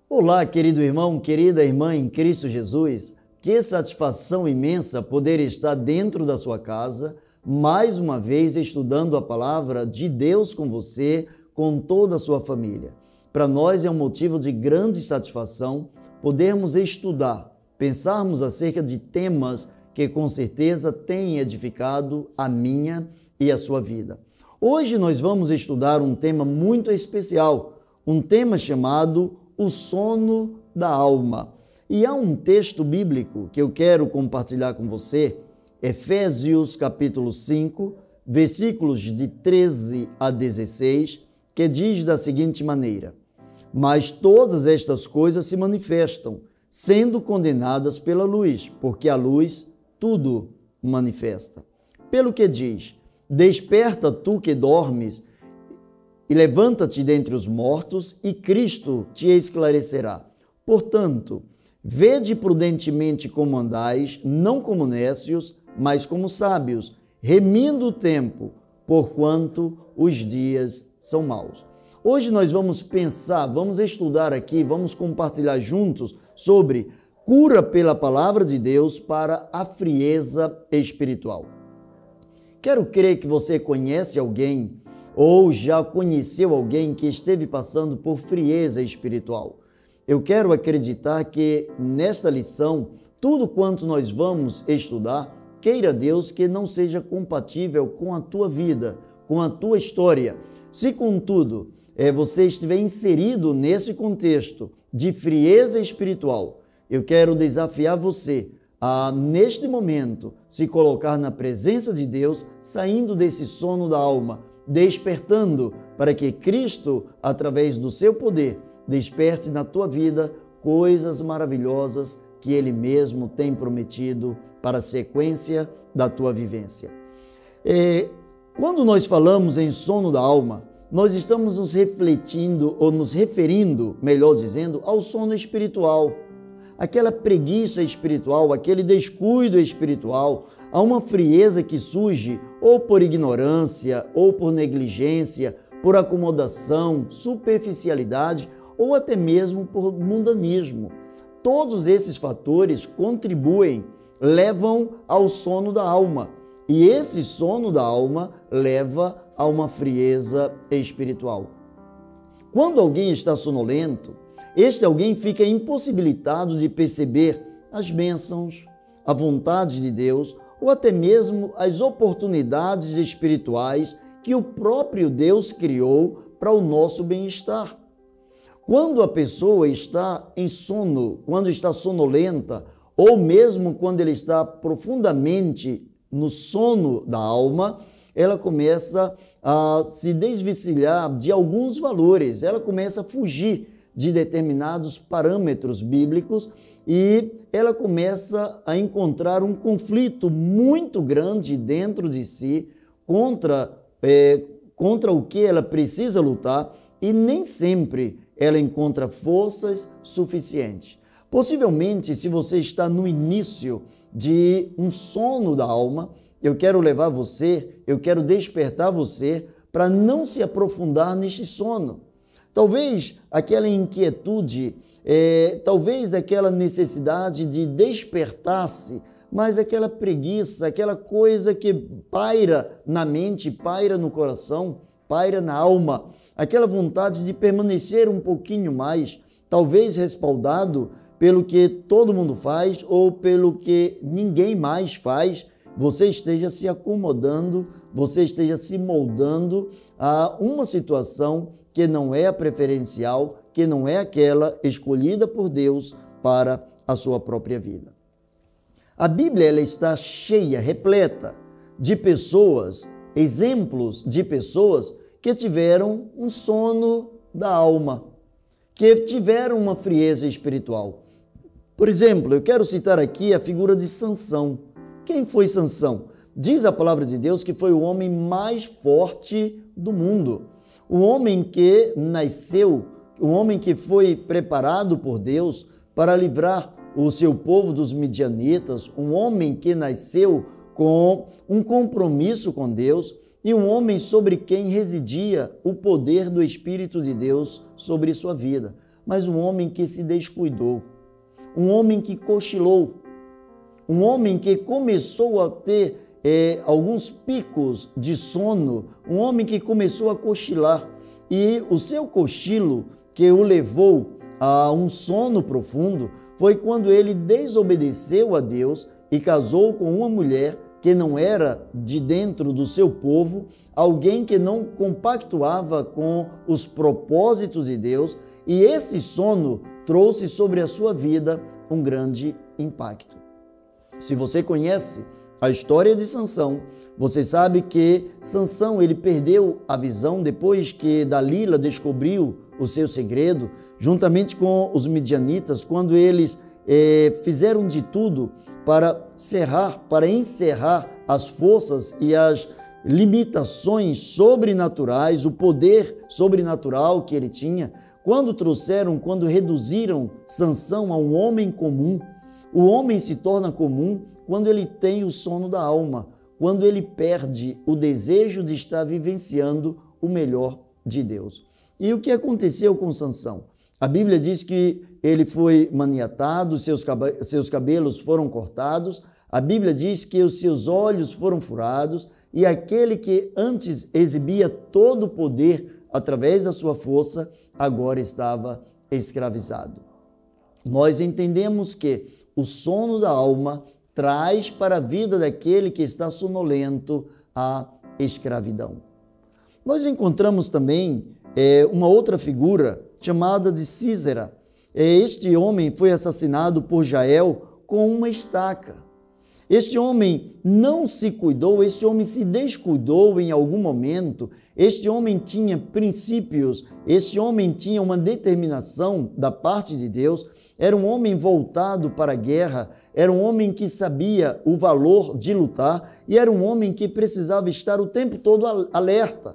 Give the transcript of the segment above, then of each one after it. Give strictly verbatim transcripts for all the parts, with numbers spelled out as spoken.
Olá, querido irmão, querida irmã em Cristo Jesus. Que satisfação imensa poder estar dentro da sua casa, mais uma vez estudando a palavra de Deus com você, com toda a sua família. Para nós é um motivo de grande satisfação podermos estudar, pensarmos acerca de temas que com certeza têm edificado a minha e a sua vida. Hoje nós vamos estudar um tema muito especial, um tema chamado o sono da alma. E há um texto bíblico que eu quero compartilhar com você, Efésios capítulo cinco, versículos de treze a dezesseis, que diz da seguinte maneira: mas todas estas coisas se manifestam, sendo condenadas pela luz, porque a luz tudo manifesta. Pelo que diz: desperta tu que dormes, e levanta-te dentre os mortos, e Cristo te esclarecerá. Portanto, vede prudentemente como andais, não como nécios, mas como sábios, remindo o tempo, porquanto os dias são maus. Hoje nós vamos pensar, vamos estudar aqui, vamos compartilhar juntos sobre cura pela palavra de Deus para a frieza espiritual. Quero crer que você conhece alguém ou já conheceu alguém que esteve passando por frieza espiritual. Eu quero acreditar que nesta lição, tudo quanto nós vamos estudar, queira Deus que não seja compatível com a tua vida, com a tua história. Se, contudo, é, você estiver inserido nesse contexto de frieza espiritual, eu quero desafiar você a, neste momento, se colocar na presença de Deus, saindo desse sono da alma, despertando para que Cristo, através do seu poder, desperte na tua vida coisas maravilhosas que Ele mesmo tem prometido para a sequência da tua vivência. É, quando nós falamos em sono da alma, nós estamos nos refletindo ou nos referindo, melhor dizendo, ao sono espiritual, aquela preguiça espiritual, aquele descuido espiritual, a uma frieza que surge ou por ignorância, ou por negligência, por acomodação, superficialidade ou até mesmo por mundanismo. Todos esses fatores contribuem, levam ao sono da alma. E esse sono da alma leva a uma frieza espiritual. Quando alguém está sonolento, este alguém fica impossibilitado de perceber as bênçãos, a vontade de Deus, ou até mesmo as oportunidades espirituais que o próprio Deus criou para o nosso bem-estar. Quando a pessoa está em sono, quando está sonolenta, ou mesmo quando ele está profundamente no sono da alma, ela começa a se desvencilhar de alguns valores, ela começa a fugir de determinados parâmetros bíblicos e ela começa a encontrar um conflito muito grande dentro de si contra, é, contra o que ela precisa lutar e nem sempre ela encontra forças suficientes. Possivelmente, se você está no início de um sono da alma, eu quero levar você, eu quero despertar você para não se aprofundar neste sono. Talvez aquela inquietude, é, talvez aquela necessidade de despertar-se, mas aquela preguiça, aquela coisa que paira na mente, paira no coração, paira na alma, aquela vontade de permanecer um pouquinho mais, talvez respaldado pelo que todo mundo faz ou pelo que ninguém mais faz, você esteja se acomodando, você esteja se moldando a uma situação que não é a preferencial, que não é aquela escolhida por Deus para a sua própria vida. A Bíblia ela está cheia, repleta de pessoas, exemplos de pessoas que tiveram um sono da alma, que tiveram uma frieza espiritual. Por exemplo, eu quero citar aqui a figura de Sansão. Quem foi Sansão? Diz a palavra de Deus que foi o homem mais forte do mundo. O homem que nasceu, o homem que foi preparado por Deus para livrar o seu povo dos midianitas, um homem que nasceu com um compromisso com Deus e um homem sobre quem residia o poder do Espírito de Deus sobre sua vida. mas um homem que se descuidou, um homem que cochilou, um homem que começou a ter é, alguns picos de sono, um homem que começou a cochilar, e o seu cochilo que o levou a um sono profundo foi quando ele desobedeceu a Deus e casou com uma mulher que não era de dentro do seu povo, alguém que não compactuava com os propósitos de Deus, e esse sono trouxe sobre a sua vida um grande impacto. Se você conhece a história de Sansão, você sabe que Sansão ele perdeu a visão depois que Dalila descobriu o seu segredo, juntamente com os midianitas, quando eles eh, fizeram de tudo para cerrar, para encerrar as forças e as limitações sobrenaturais, o poder sobrenatural que ele tinha. Quando trouxeram, quando reduziram Sansão a um homem comum, o homem se torna comum quando ele tem o sono da alma, quando ele perde o desejo de estar vivenciando o melhor de Deus. E o que aconteceu com Sansão? A Bíblia diz que ele foi maniatado, seus, seus cabelos foram cortados, a Bíblia diz que os seus olhos foram furados, e aquele que antes exibia todo o poder através da sua força, agora estava escravizado. Nós entendemos que o sono da alma traz para a vida daquele que está sonolento a escravidão. Nós encontramos também é, uma outra figura chamada de Sísera. Este homem foi assassinado por Jael com uma estaca. Este homem não se cuidou, este homem se descuidou em algum momento, este homem tinha princípios, este homem tinha uma determinação da parte de Deus, era um homem voltado para a guerra, era um homem que sabia o valor de lutar e era um homem que precisava estar o tempo todo alerta.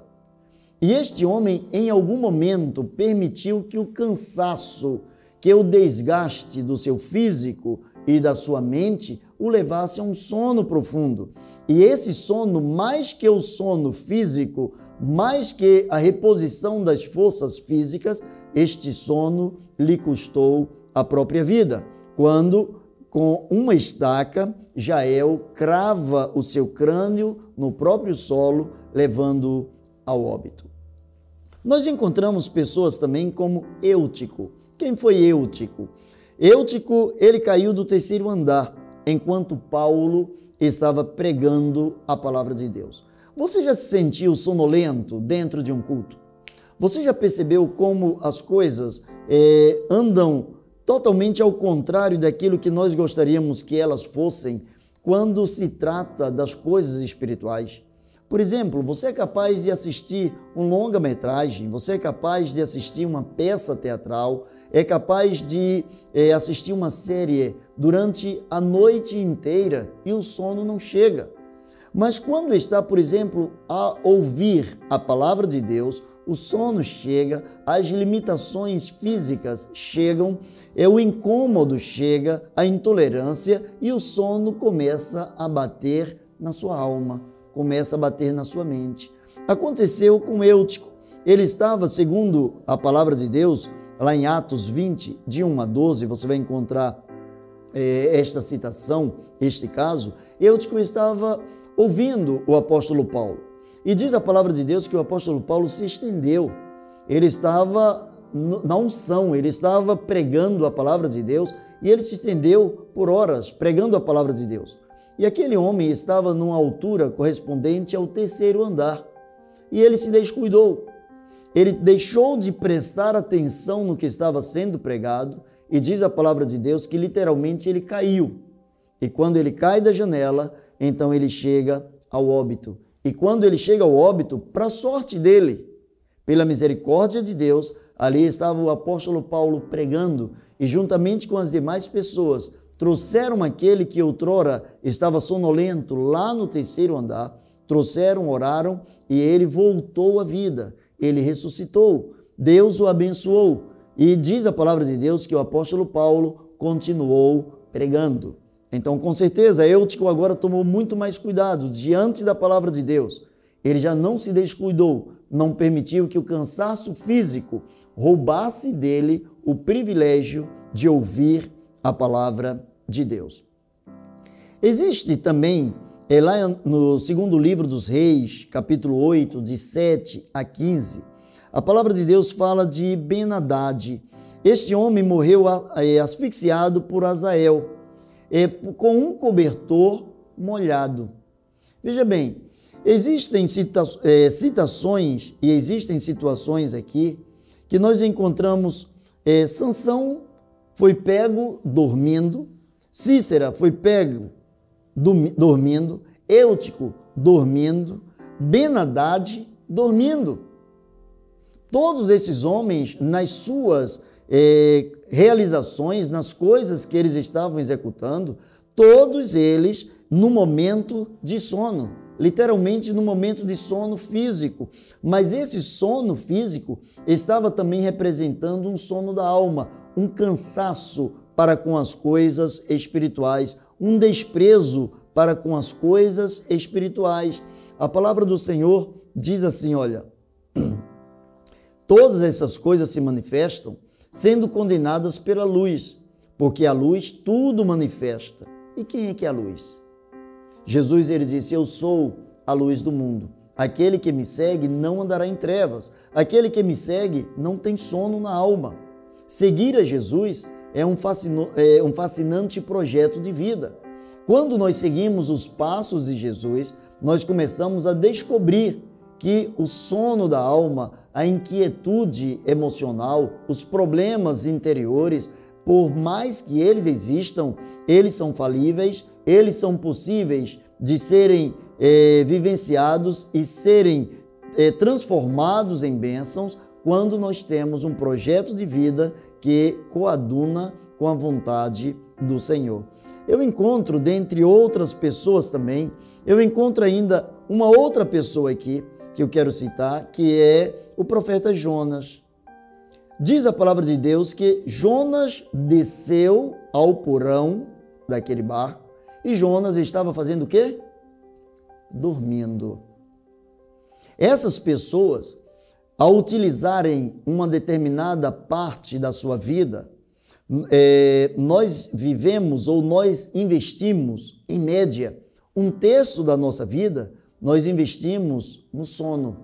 E este homem, em algum momento, permitiu que o cansaço, que o desgaste do seu físico e da sua mente o levasse a um sono profundo. E esse sono, mais que o sono físico, mais que a reposição das forças físicas, este sono lhe custou a própria vida. Quando, com uma estaca, Jael crava o seu crânio no próprio solo, levando-o ao óbito. Nós encontramos pessoas também como Eutico. Quem foi Eutico? Eutico, ele caiu do terceiro andar, enquanto Paulo estava pregando a palavra de Deus. Você já se sentiu sonolento dentro de um culto? Você já percebeu como as coisas é, andam totalmente ao contrário daquilo que nós gostaríamos que elas fossem quando se trata das coisas espirituais? Por exemplo, você é capaz de assistir um longa-metragem, você é capaz de assistir uma peça teatral, é capaz de é, assistir uma série durante a noite inteira e o sono não chega. Mas quando está, por exemplo, a ouvir a palavra de Deus, o sono chega, as limitações físicas chegam, é, o incômodo chega, a intolerância e o sono começa a bater na sua alma, começa a bater na sua mente. Aconteceu com Eutico. Ele estava, segundo a palavra de Deus, lá em Atos vinte, de um a doze, você vai encontrar é, esta citação, este caso. Eutico estava ouvindo o apóstolo Paulo. E diz a palavra de Deus que o apóstolo Paulo se estendeu. Ele estava na unção, ele estava pregando a palavra de Deus e ele se estendeu por horas pregando a palavra de Deus. E aquele homem estava numa altura correspondente ao terceiro andar. E ele se descuidou. Ele deixou de prestar atenção no que estava sendo pregado e diz a palavra de Deus que literalmente ele caiu. E quando ele cai da janela, então ele chega ao óbito. E quando ele chega ao óbito, para a sorte dele, pela misericórdia de Deus, ali estava o apóstolo Paulo pregando e juntamente com as demais pessoas, trouxeram aquele que outrora estava sonolento lá no terceiro andar, trouxeram, oraram e ele voltou à vida, ele ressuscitou, Deus o abençoou e diz a palavra de Deus que o apóstolo Paulo continuou pregando. Então, com certeza, Eutico agora tomou muito mais cuidado diante da palavra de Deus. ele já não se descuidou, não permitiu que o cansaço físico roubasse dele o privilégio de ouvir a palavra de Deus. Existe também, é lá no segundo livro dos Reis, capítulo oito, de sete a quinze, a palavra de Deus fala de Ben-Hadad. Este homem morreu asfixiado por Hazael, com um cobertor molhado. Veja bem, existem citações e existem situações aqui que nós encontramos, é, Sansão foi pego dormindo, Cícera foi pego dormindo, Eutico dormindo, Ben-Hadad dormindo. Todos esses homens, nas suas eh, realizações, nas coisas que eles estavam executando, todos eles no momento de sono, literalmente no momento de sono físico. Mas esse sono físico estava também representando um sono da alma, um cansaço para com as coisas espirituais, um desprezo para com as coisas espirituais. A palavra do Senhor diz assim, olha, todas essas coisas se manifestam sendo condenadas pela luz, porque a luz tudo manifesta. E quem é que é a luz? Jesus, ele disse, eu sou a luz do mundo. Aquele que me segue não andará em trevas. Aquele que me segue não tem sono na alma. Seguir a Jesus é um, fascino, é um fascinante projeto de vida. Quando nós seguimos os passos de Jesus, nós começamos a descobrir que o sono da alma, a inquietude emocional, os problemas interiores, por mais que eles existam, eles são falíveis, eles são possíveis de serem eh, vivenciados e serem eh, transformados em bênçãos quando nós temos um projeto de vida que coaduna com a vontade do Senhor. Eu encontro, dentre outras pessoas também, eu encontro ainda uma outra pessoa aqui, que eu quero citar, que é o profeta Jonas. Diz a palavra de Deus que Jonas desceu ao porão daquele barco e Jonas estava fazendo o quê? Dormindo. Essas pessoas, ao utilizarem uma determinada parte da sua vida, é, nós vivemos ou nós investimos, em média, um terço da nossa vida, nós investimos no sono.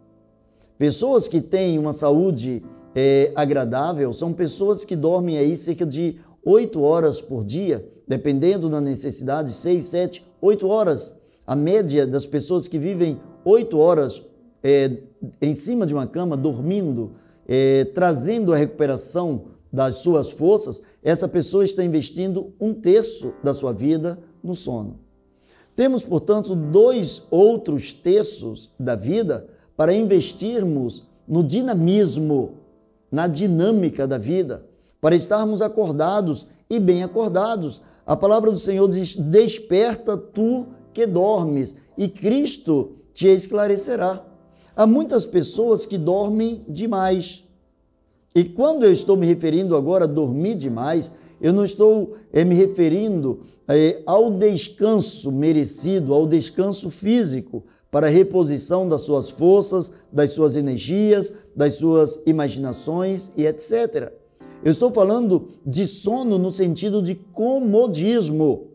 Pessoas que têm uma saúde é, agradável são pessoas que dormem aí cerca de oito horas por dia, dependendo da necessidade, seis, sete, oito horas. A média das pessoas que vivem oito horas é, em cima de uma cama, dormindo, é, trazendo a recuperação das suas forças, essa pessoa está investindo um terço da sua vida no sono. Temos, portanto, dois outros terços da vida para investirmos no dinamismo, na dinâmica da vida, para estarmos acordados e bem acordados. A palavra do Senhor diz, desperta tu que dormes e Cristo te esclarecerá. Há muitas pessoas que dormem demais. E quando eu estou me referindo agora a dormir demais, eu não estou é, me referindo é, ao descanso merecido, ao descanso físico, para a reposição das suas forças, das suas energias, das suas imaginações e etcétera. Eu estou falando de sono no sentido de comodismo.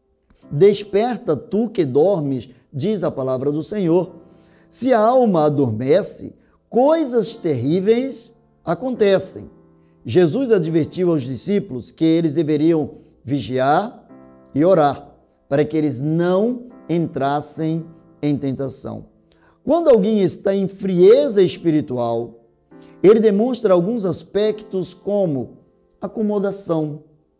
Desperta tu que dormes, diz a palavra do Senhor. Se a alma adormece, coisas terríveis acontecem. Jesus advertiu aos discípulos que eles deveriam vigiar e orar, para que eles não entrassem em tentação. Quando alguém está em frieza espiritual, ele demonstra alguns aspectos como acomodação,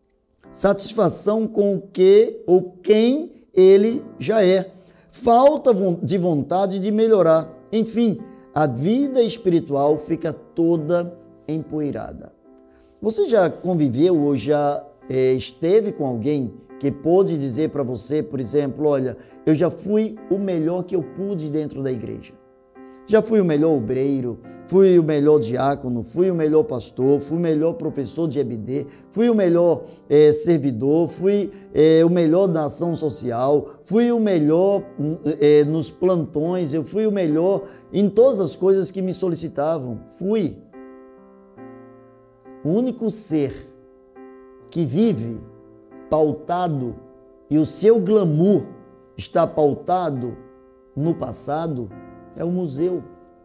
satisfação com o que ou quem ele já é, falta de vontade de melhorar. Enfim, a vida espiritual fica toda empoeirada. Você já conviveu ou já é, esteve com alguém que pôde dizer para você, por exemplo, olha, eu já fui o melhor que eu pude dentro da igreja. Já fui o melhor obreiro, fui o melhor diácono, fui o melhor pastor, fui o melhor professor de E B D, fui o melhor é, servidor, fui é, o melhor da ação social, fui o melhor é, nos plantões, eu fui o melhor em todas as coisas que me solicitavam. Fui. O único ser que vive pautado e o seu glamour está pautado no passado é o museu.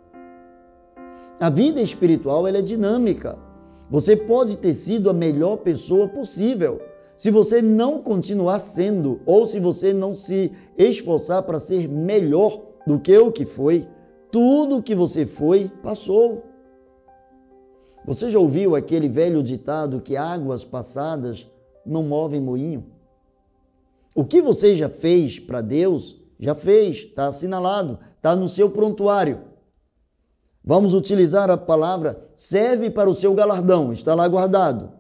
A vida espiritual ela é dinâmica. Você pode ter sido a melhor pessoa possível. Se você não continuar sendo, ou se você não se esforçar para ser melhor do que o que foi, tudo o que você foi, passou. Você já ouviu aquele velho ditado que águas passadas não movem moinho? O que você já fez para Deus, já fez, está assinalado, está no seu prontuário. Vamos utilizar a palavra serve para o seu galardão, está lá guardado.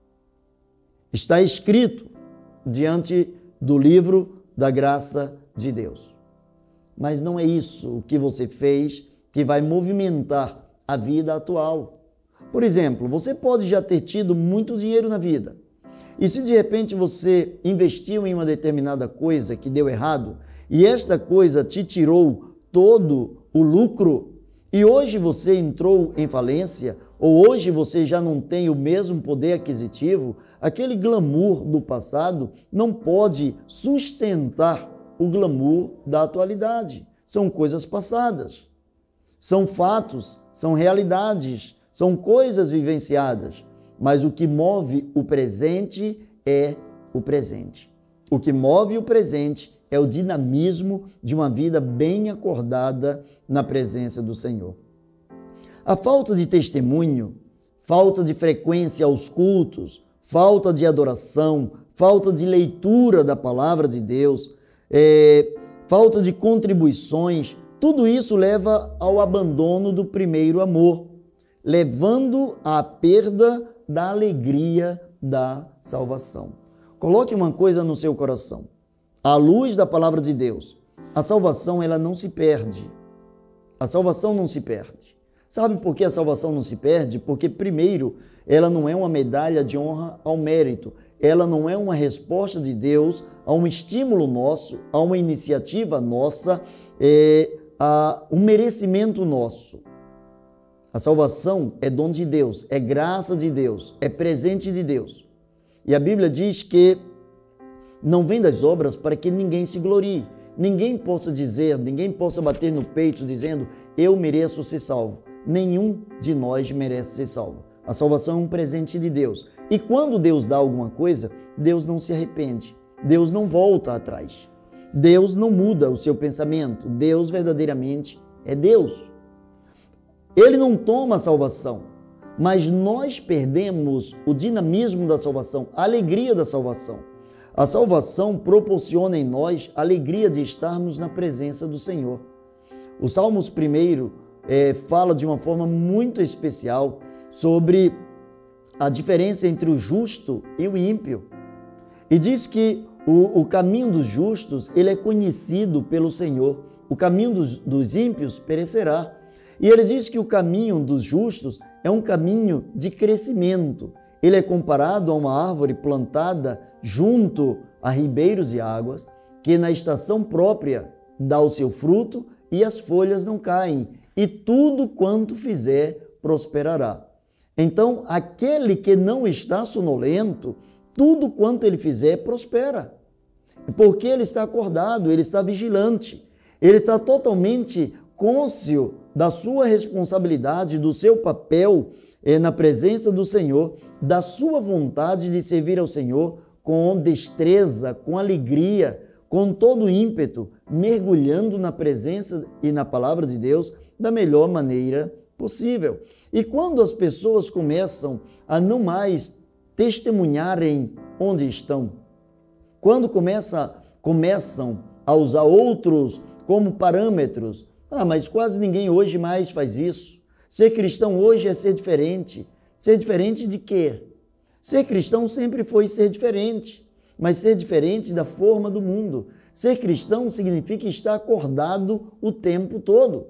Está escrito diante do livro da graça de Deus. Mas não é isso o que você fez que vai movimentar a vida atual. Por exemplo, você pode já ter tido muito dinheiro na vida. E se de repente você investiu em uma determinada coisa que deu errado, e esta coisa te tirou todo o lucro, e hoje você entrou em falência, ou hoje você já não tem o mesmo poder aquisitivo, aquele glamour do passado não pode sustentar o glamour da atualidade. São coisas passadas, são fatos, são realidades, são coisas vivenciadas. Mas o que move o presente é o presente. O que move o presente é o dinamismo de uma vida bem acordada na presença do Senhor. A falta de testemunho, falta de frequência aos cultos, falta de adoração, falta de leitura da palavra de Deus, é, falta de contribuições, tudo isso leva ao abandono do primeiro amor, levando à perda da alegria da salvação. Coloque uma coisa no seu coração. À luz da palavra de Deus, a salvação ela não se perde. A salvação não se perde. Sabe por que a salvação não se perde? Porque, primeiro, ela não é uma medalha de honra ao mérito. Ela não é uma resposta de Deus a um estímulo nosso, a uma iniciativa nossa, é, a um merecimento nosso. A salvação é dom de Deus, é graça de Deus, é presente de Deus. E a Bíblia diz que não vem das obras para que ninguém se glorie. Ninguém possa dizer, ninguém possa bater no peito dizendo, eu mereço ser salvo. Nenhum de nós merece ser salvo. A salvação é um presente de Deus. E quando Deus dá alguma coisa, Deus não se arrepende. Deus não volta atrás. Deus não muda o seu pensamento. Deus verdadeiramente é Deus. Ele não toma a salvação, mas nós perdemos o dinamismo da salvação, a alegria da salvação. A salvação proporciona em nós a alegria de estarmos na presença do Senhor. O Salmos primeiro é, fala de uma forma muito especial sobre a diferença entre o justo e o ímpio. E diz que o, o caminho dos justos ele é conhecido pelo Senhor, o caminho dos, dos ímpios perecerá. E ele diz que o caminho dos justos é um caminho de crescimento. Ele é comparado a uma árvore plantada junto a ribeiros e águas, que na estação própria dá o seu fruto e as folhas não caem, e tudo quanto fizer prosperará. Então, aquele que não está sonolento, tudo quanto ele fizer prospera. Porque ele está acordado, ele está vigilante, ele está totalmente cônscio da sua responsabilidade, do seu papel eh, na presença do Senhor, da sua vontade de servir ao Senhor com destreza, com alegria, com todo ímpeto, mergulhando na presença e na palavra de Deus da melhor maneira possível. E quando as pessoas começam a não mais testemunharem onde estão, quando começa, começam a usar outros como parâmetros, ah, mas quase ninguém hoje mais faz isso. Ser cristão hoje é ser diferente. Ser diferente de quê? Ser cristão sempre foi ser diferente, mas ser diferente da forma do mundo. Ser cristão significa estar acordado o tempo todo.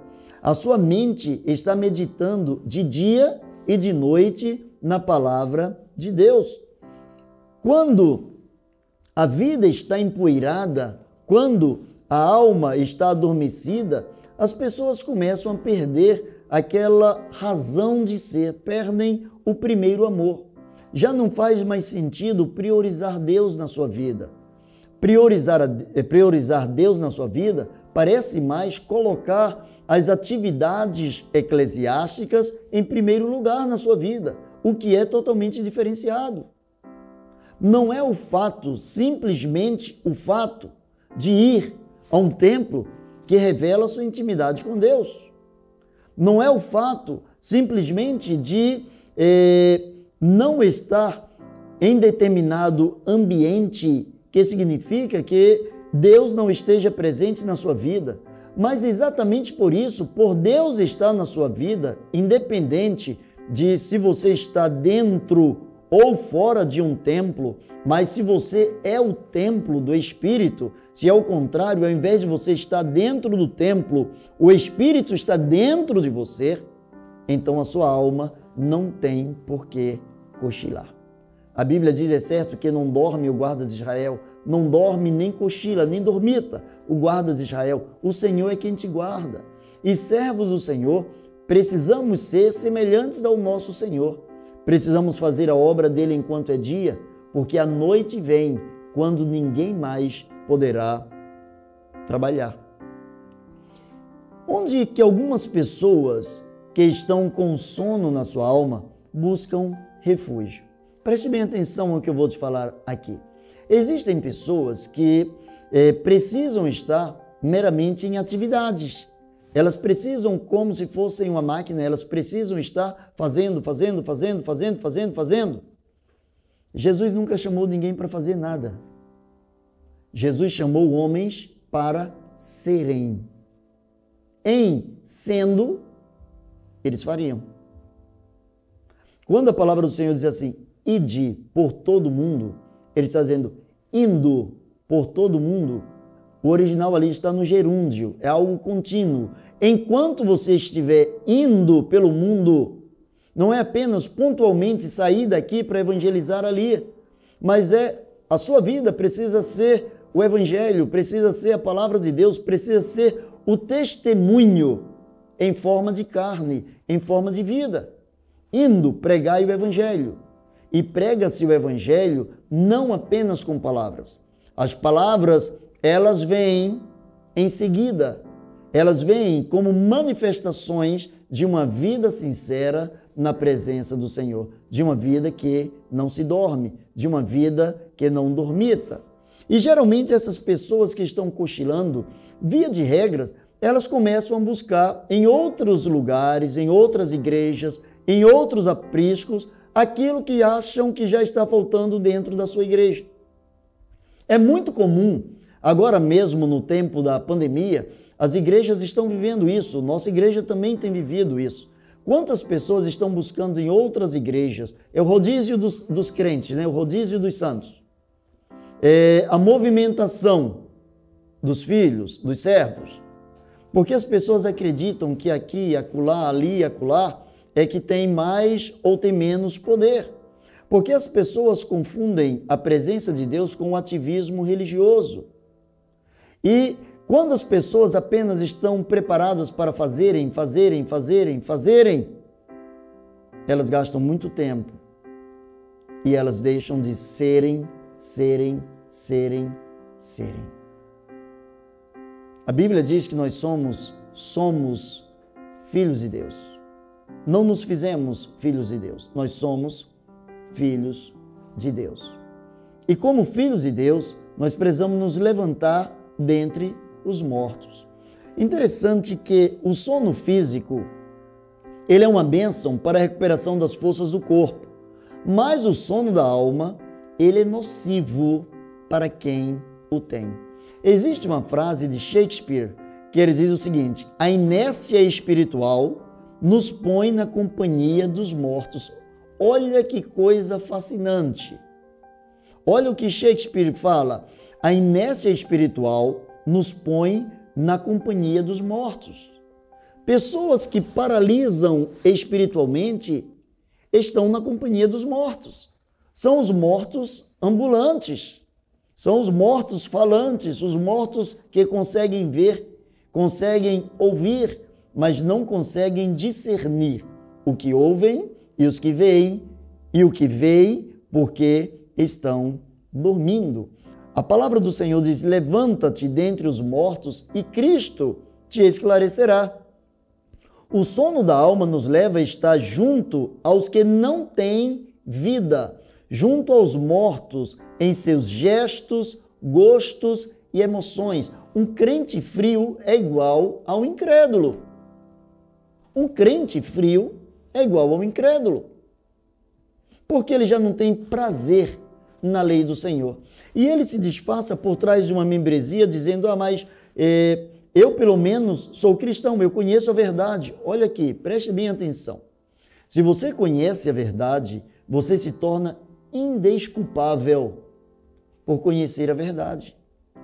A sua mente está meditando de dia e de noite na palavra de Deus. Quando a vida está empoeirada, quando a alma está adormecida, as pessoas começam a perder aquela razão de ser, perdem o primeiro amor. Já não faz mais sentido priorizar Deus na sua vida. Priorizar, priorizar Deus na sua vida parece mais colocar as atividades eclesiásticas em primeiro lugar na sua vida, o que é totalmente diferenciado. Não é o fato, simplesmente o fato de ir a um templo que revela sua intimidade com Deus. Não é o fato simplesmente de eh, não estar em determinado ambiente, que significa que Deus não esteja presente na sua vida. Mas exatamente por isso, por Deus estar na sua vida, independente de se você está dentro ou fora de um templo, mas se você é o templo do Espírito, se ao contrário, ao invés de você estar dentro do templo, o Espírito está dentro de você, então a sua alma não tem por que cochilar. A Bíblia diz, é certo, que não dorme o guarda de Israel, não dorme nem cochila, nem dormita o guarda de Israel. O Senhor é quem te guarda. E servos do Senhor, precisamos ser semelhantes ao nosso Senhor. Precisamos fazer a obra dele enquanto é dia, porque a noite vem quando ninguém mais poderá trabalhar. Onde que algumas pessoas que estão com sono na sua alma buscam refúgio. Preste bem atenção ao que eu vou te falar aqui. Existem pessoas que eh, precisam estar meramente em atividades. Elas precisam, como se fossem uma máquina, elas precisam estar fazendo, fazendo, fazendo, fazendo, fazendo, fazendo. Jesus nunca chamou ninguém para fazer nada. Jesus chamou homens para serem. Em sendo, eles fariam. Quando a palavra do Senhor diz assim, ide por todo mundo, ele está dizendo, indo por todo mundo. O original ali está no gerúndio, é algo contínuo. Enquanto você estiver indo pelo mundo, não é apenas pontualmente sair daqui para evangelizar ali, mas é a sua vida precisa ser o evangelho, precisa ser a palavra de Deus, precisa ser o testemunho em forma de carne, em forma de vida. Indo, pregai o evangelho. E prega-se o evangelho não apenas com palavras. As palavras, elas vêm em seguida. Elas vêm como manifestações de uma vida sincera na presença do Senhor. De uma vida que não se dorme, de uma vida que não dormita. E geralmente essas pessoas que estão cochilando, via de regras, elas começam a buscar em outros lugares, em outras igrejas, em outros apriscos, aquilo que acham que já está faltando dentro da sua igreja. É muito comum, agora mesmo no tempo da pandemia, as igrejas estão vivendo isso, nossa igreja também tem vivido isso. Quantas pessoas estão buscando em outras igrejas? É o rodízio dos, dos crentes, né? O rodízio dos santos. É a movimentação dos filhos, dos servos. Porque as pessoas acreditam que aqui, acolá, ali, acolá, é que tem mais ou tem menos poder. Porque as pessoas confundem a presença de Deus com o ativismo religioso. E quando as pessoas apenas estão preparadas para fazerem, fazerem, fazerem, fazerem, elas gastam muito tempo e elas deixam de serem, serem, serem, serem. A Bíblia diz que nós somos, somos filhos de Deus. Não nos fizemos filhos de Deus, nós somos filhos de Deus. E como filhos de Deus, nós precisamos nos levantar dentre os mortos. Interessante que o sono físico, ele é uma bênção para a recuperação das forças do corpo, mas o sono da alma, ele é nocivo para quem o tem. Existe uma frase de Shakespeare que ele diz o seguinte: a inércia espiritual nos põe na companhia dos mortos. Olha que coisa fascinante. Olha o que Shakespeare fala. A inércia espiritual nos põe na companhia dos mortos. Pessoas que paralisam espiritualmente estão na companhia dos mortos. São os mortos ambulantes, são os mortos falantes, os mortos que conseguem ver, conseguem ouvir, mas não conseguem discernir o que ouvem e os que veem, e o que veem porque estão dormindo. A palavra do Senhor diz: levanta-te dentre os mortos e Cristo te esclarecerá. O sono da alma nos leva a estar junto aos que não têm vida, junto aos mortos em seus gestos, gostos e emoções. Um crente frio é igual ao incrédulo. Um crente frio é igual ao incrédulo, porque ele já não tem prazer na lei do Senhor. E ele se disfarça por trás de uma membresia dizendo: ah, mas é, eu pelo menos sou cristão, eu conheço a verdade. Olha aqui, preste bem atenção. Se você conhece a verdade, você se torna indesculpável por conhecer a verdade.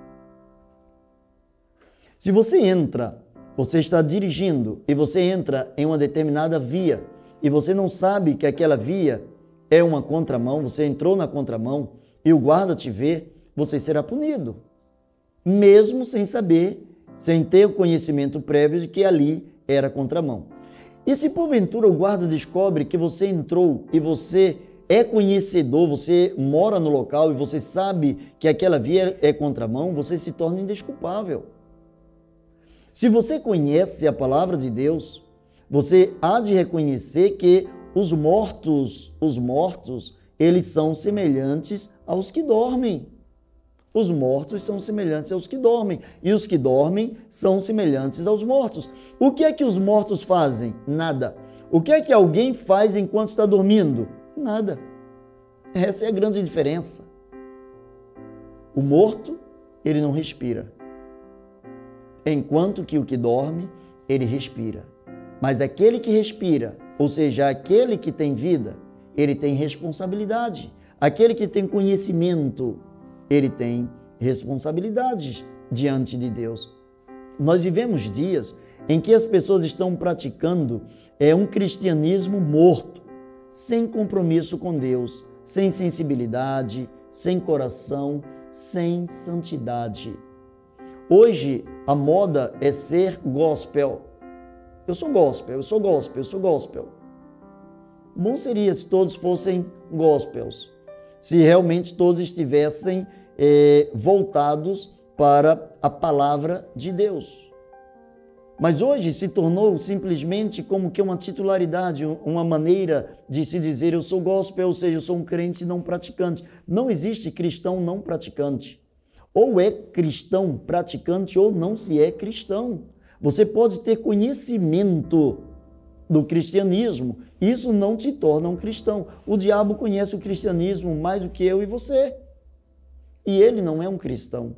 Se você entra, você está dirigindo e você entra em uma determinada via e você não sabe que aquela via é uma contramão, você entrou na contramão e o guarda te vê, você será punido, mesmo sem saber, sem ter o conhecimento prévio de que ali era contramão. E se porventura o guarda descobre que você entrou e você é conhecedor, você mora no local e você sabe que aquela via é contramão, você se torna indesculpável. Se você conhece a palavra de Deus, você há de reconhecer que os mortos, os mortos, eles são semelhantes aos que dormem. Os mortos são semelhantes aos que dormem, e os que dormem são semelhantes aos mortos. O que é que os mortos fazem? Nada. O que é que alguém faz enquanto está dormindo? Nada. Essa é a grande diferença. O morto, ele não respira, enquanto que o que dorme, ele respira. Mas aquele que respira, ou seja, aquele que tem vida, ele tem responsabilidade. Aquele que tem conhecimento, ele tem responsabilidades diante de Deus. Nós vivemos dias em que as pessoas estão praticando é, um cristianismo morto, sem compromisso com Deus, sem sensibilidade, sem coração, sem santidade. Hoje, a moda é ser gospel. Eu sou gospel, eu sou gospel, eu sou gospel. Bom seria se todos fossem gospels, se realmente todos estivessem eh, voltados para a palavra de Deus. Mas hoje se tornou simplesmente como que uma titularidade, uma maneira de se dizer eu sou gospel, ou seja, eu sou um crente não praticante. Não existe cristão não praticante. Ou é cristão praticante ou não se é cristão. Você pode ter conhecimento do cristianismo, isso não te torna um cristão. O diabo conhece o cristianismo mais do que eu e você, e ele não é um cristão.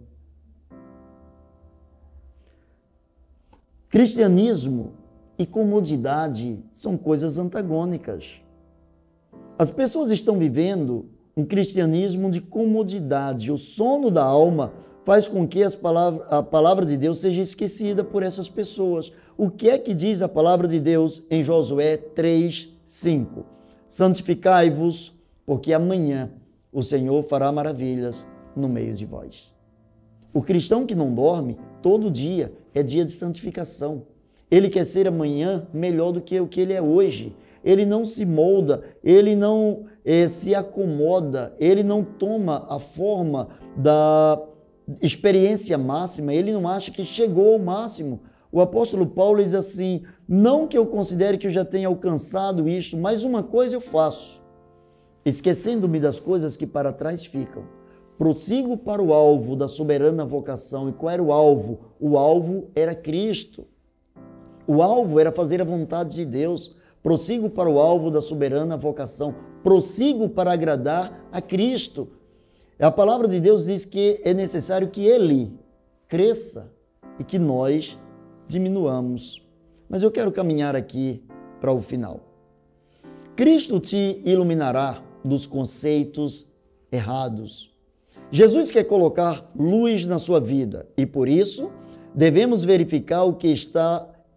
Cristianismo e comodidade são coisas antagônicas. As pessoas estão vivendo um cristianismo de comodidade. O sono da alma faz com que as palavras, a palavra de Deus seja esquecida por essas pessoas. O que é que diz a palavra de Deus em Josué três, cinco? Santificai-vos, porque amanhã o Senhor fará maravilhas no meio de vós. O cristão que não dorme, todo dia é dia de santificação. Ele quer ser amanhã melhor do que o que ele é hoje. Ele não se molda, ele não eh, se acomoda, ele não toma a forma da experiência máxima, ele não acha que chegou ao máximo. O apóstolo Paulo diz assim: não que eu considere que eu já tenha alcançado isto, mas uma coisa eu faço, esquecendo-me das coisas que para trás ficam, prossigo para o alvo da soberana vocação. E qual era o alvo? O alvo era Cristo. O alvo era fazer a vontade de Deus. Prossigo para o alvo da soberana vocação, prossigo para agradar a Cristo. A palavra de Deus diz que é necessário que Ele cresça e que nós diminuamos. Mas eu quero caminhar aqui para o final. Cristo te iluminará dos conceitos errados. Jesus quer colocar luz na sua vida e por isso devemos verificar o que está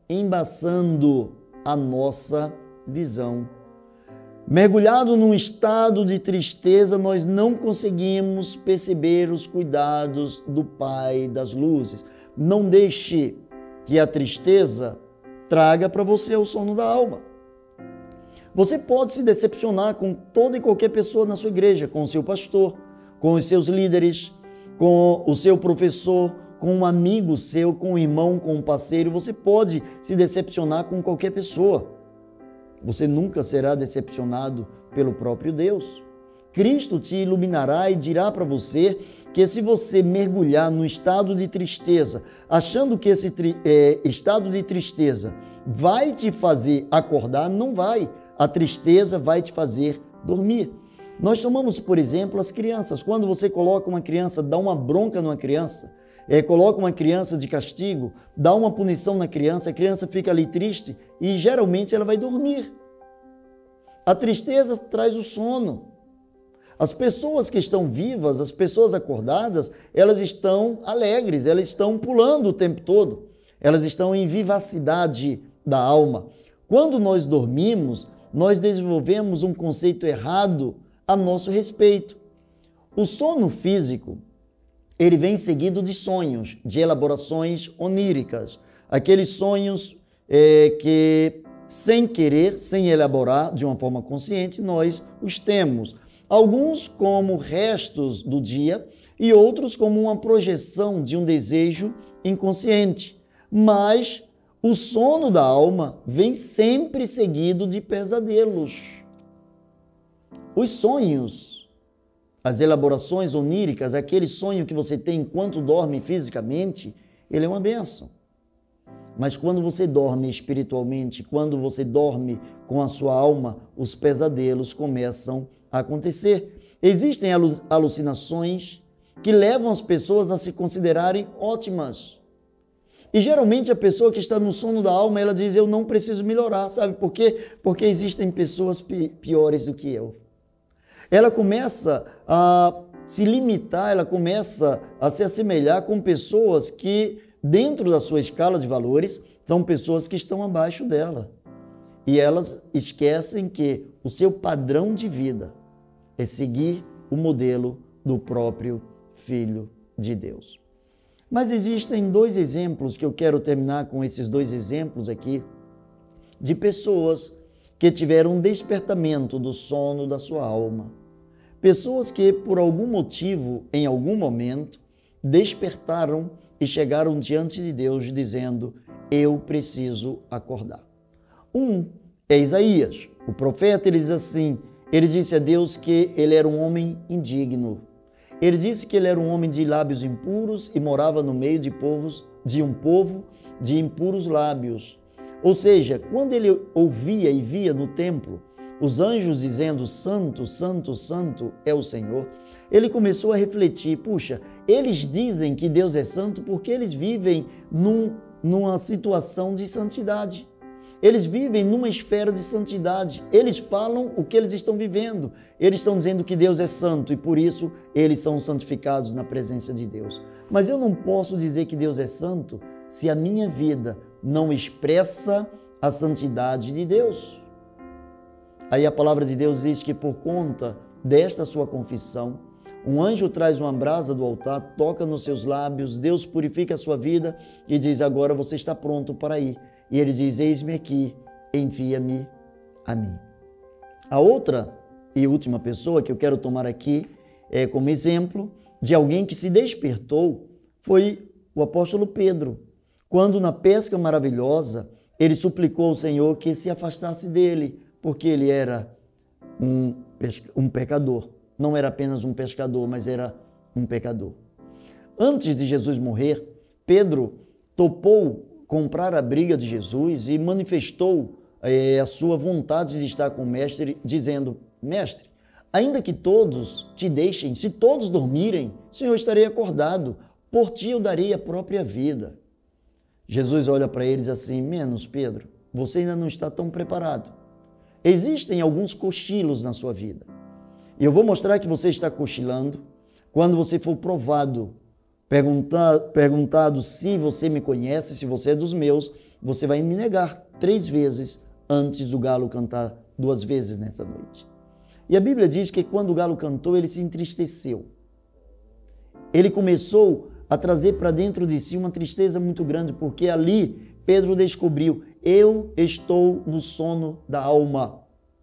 embaçando a nossa visão. Mergulhado num estado de tristeza, nós não conseguimos perceber os cuidados do Pai das luzes. Não deixe que a tristeza traga para você o sono da alma. Você pode se decepcionar com toda e qualquer pessoa na sua igreja, com o seu pastor, com os seus líderes, com o seu professor, com um amigo seu, com um irmão, com um parceiro. Você pode se decepcionar com qualquer pessoa. Você nunca será decepcionado pelo próprio Deus. Cristo te iluminará e dirá para você que se você mergulhar no estado de tristeza, achando que esse é, estado de tristeza vai te fazer acordar, não vai. A tristeza vai te fazer dormir. Nós tomamos, por exemplo, as crianças. Quando você coloca uma criança, dá uma bronca numa criança, é, coloca uma criança de castigo, dá uma punição na criança, a criança fica ali triste e geralmente ela vai dormir. A tristeza traz o sono. As pessoas que estão vivas, as pessoas acordadas, elas estão alegres, elas estão pulando o tempo todo, elas estão em vivacidade da alma. Quando nós dormimos, nós desenvolvemos um conceito errado a nosso respeito. O sono físico, ele vem seguido de sonhos, de elaborações oníricas, aqueles sonhos é, que, sem querer, sem elaborar de uma forma consciente, nós os temos. Alguns como restos do dia e outros como uma projeção de um desejo inconsciente. Mas o sono da alma vem sempre seguido de pesadelos. Os sonhos, as elaborações oníricas, aquele sonho que você tem enquanto dorme fisicamente, ele é uma bênção. Mas quando você dorme espiritualmente, quando você dorme com a sua alma, os pesadelos começam a acontecer. Existem alucinações que levam as pessoas a se considerarem ótimas. E geralmente a pessoa que está no sono da alma, ela diz, eu não preciso melhorar, sabe por quê? Porque existem pessoas piores do que eu. Ela começa a se limitar, ela começa a se assemelhar com pessoas que, dentro da sua escala de valores, são pessoas que estão abaixo dela. E elas esquecem que o seu padrão de vida é seguir o modelo do próprio Filho de Deus. Mas existem dois exemplos que eu quero terminar com esses dois exemplos aqui, de pessoas que tiveram um despertamento do sono da sua alma. Pessoas que, por algum motivo, em algum momento, despertaram e chegaram diante de Deus dizendo, eu preciso acordar. Um é Isaías, o profeta. Ele diz assim, ele disse a Deus que ele era um homem indigno. Ele disse que ele era um homem de lábios impuros e morava no meio de povos, de um povo de impuros lábios. Ou seja, quando ele ouvia e via no templo os anjos dizendo santo, santo, santo é o Senhor, ele começou a refletir, puxa, eles dizem que Deus é santo porque eles vivem num, numa situação de santidade. Eles vivem numa esfera de santidade. Eles falam o que eles estão vivendo. Eles estão dizendo que Deus é santo e por isso eles são santificados na presença de Deus. Mas eu não posso dizer que Deus é santo se a minha vida não expressa a santidade de Deus. Aí a palavra de Deus diz que por conta desta sua confissão, um anjo traz uma brasa do altar, toca nos seus lábios, Deus purifica a sua vida e diz, agora você está pronto para ir. E ele diz, eis-me aqui, envia-me a mim. A outra e última pessoa que eu quero tomar aqui é, como exemplo de alguém que se despertou foi o apóstolo Pedro. Quando na pesca maravilhosa, ele suplicou ao Senhor que se afastasse dele, porque ele era um, um pecador. Não era apenas um pescador, mas era um pecador. Antes de Jesus morrer, Pedro topou comprar a briga de Jesus e manifestou é, a sua vontade de estar com o mestre, dizendo, mestre, ainda que todos te deixem, se todos dormirem, o Senhor estaria acordado, por ti eu daria a própria vida. Jesus olha para eles assim, menos Pedro, você ainda não está tão preparado. Existem alguns cochilos na sua vida. E eu vou mostrar que você está cochilando quando você for provado, perguntado, perguntado se você me conhece, se você é dos meus, você vai me negar três vezes antes do galo cantar duas vezes nessa noite. E a Bíblia diz que quando o galo cantou, ele se entristeceu. Ele começou a trazer para dentro de si uma tristeza muito grande, porque ali Pedro descobriu: eu estou no sono da alma.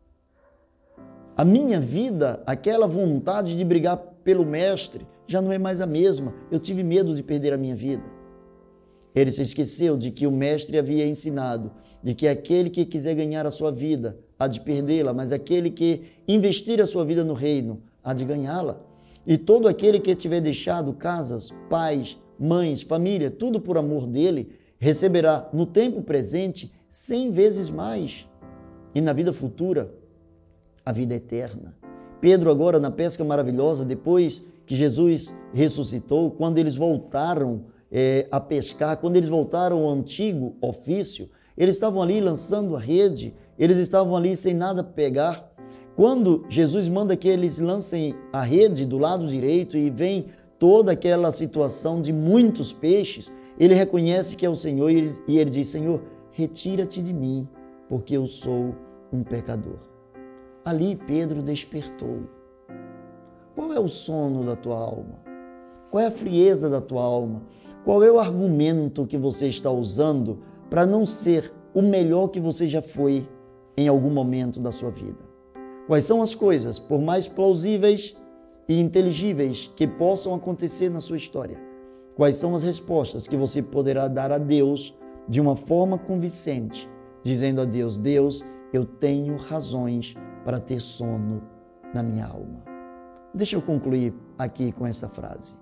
A minha vida, aquela vontade de brigar pelo mestre, já não é mais a mesma. Eu tive medo de perder a minha vida. Ele se esqueceu de que o mestre havia ensinado, de que aquele que quiser ganhar a sua vida há de perdê-la, mas aquele que investir a sua vida no reino há de ganhá-la. E todo aquele que tiver deixado casas, pais, mães, família, tudo por amor dele, receberá no tempo presente cem vezes mais. E na vida futura, a vida eterna. Pedro agora na pesca maravilhosa, depois que Jesus ressuscitou, quando eles voltaram é, a pescar, quando eles voltaram ao antigo ofício, eles estavam ali lançando a rede, eles estavam ali sem nada pegar. Quando Jesus manda que eles lancem a rede do lado direito e vem toda aquela situação de muitos peixes, ele reconhece que é o Senhor e ele, e ele diz: Senhor, retira-te de mim, porque eu sou um pecador. Ali Pedro despertou. Qual é o sono da tua alma? Qual é a frieza da tua alma? Qual é o argumento que você está usando para não ser o melhor que você já foi em algum momento da sua vida? Quais são as coisas, por mais plausíveis e inteligíveis que possam acontecer na sua história? Quais são as respostas que você poderá dar a Deus de uma forma convincente, dizendo a Deus: Deus, eu tenho razões para ter sono na minha alma. Deixa eu concluir aqui com essa frase.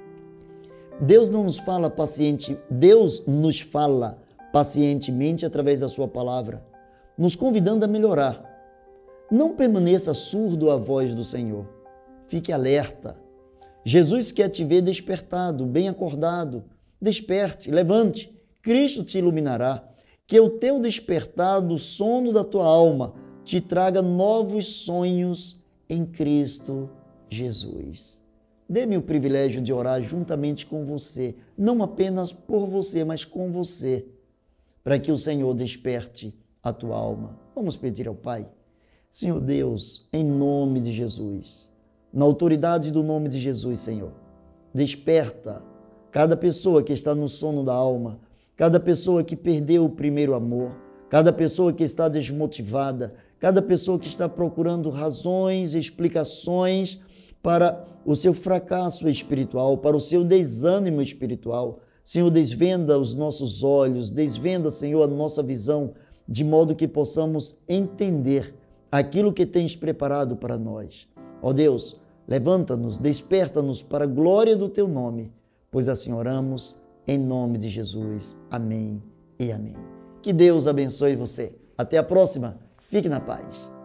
Deus não nos fala paciente, Deus nos fala pacientemente através da sua palavra, nos convidando a melhorar. Não permaneça surdo à voz do Senhor. Fique alerta. Jesus quer te ver despertado, bem acordado. Desperte, levante. Cristo te iluminará. Que o teu despertar do sono da tua alma te traga novos sonhos em Cristo Jesus. Dê-me o privilégio de orar juntamente com você, não apenas por você, mas com você, para que o Senhor desperte a tua alma. Vamos pedir ao Pai. Senhor Deus, em nome de Jesus, na autoridade do nome de Jesus, Senhor, desperta cada pessoa que está no sono da alma, cada pessoa que perdeu o primeiro amor, cada pessoa que está desmotivada, cada pessoa que está procurando razões, explicações para o seu fracasso espiritual, para o seu desânimo espiritual. Senhor, desvenda os nossos olhos, desvenda, Senhor, a nossa visão, de modo que possamos entender aquilo que tens preparado para nós. Ó Deus, levanta-nos, desperta-nos para a glória do teu nome, pois assim oramos em nome de Jesus. Amém e amém. Que Deus abençoe você. Até a próxima. Fique na paz.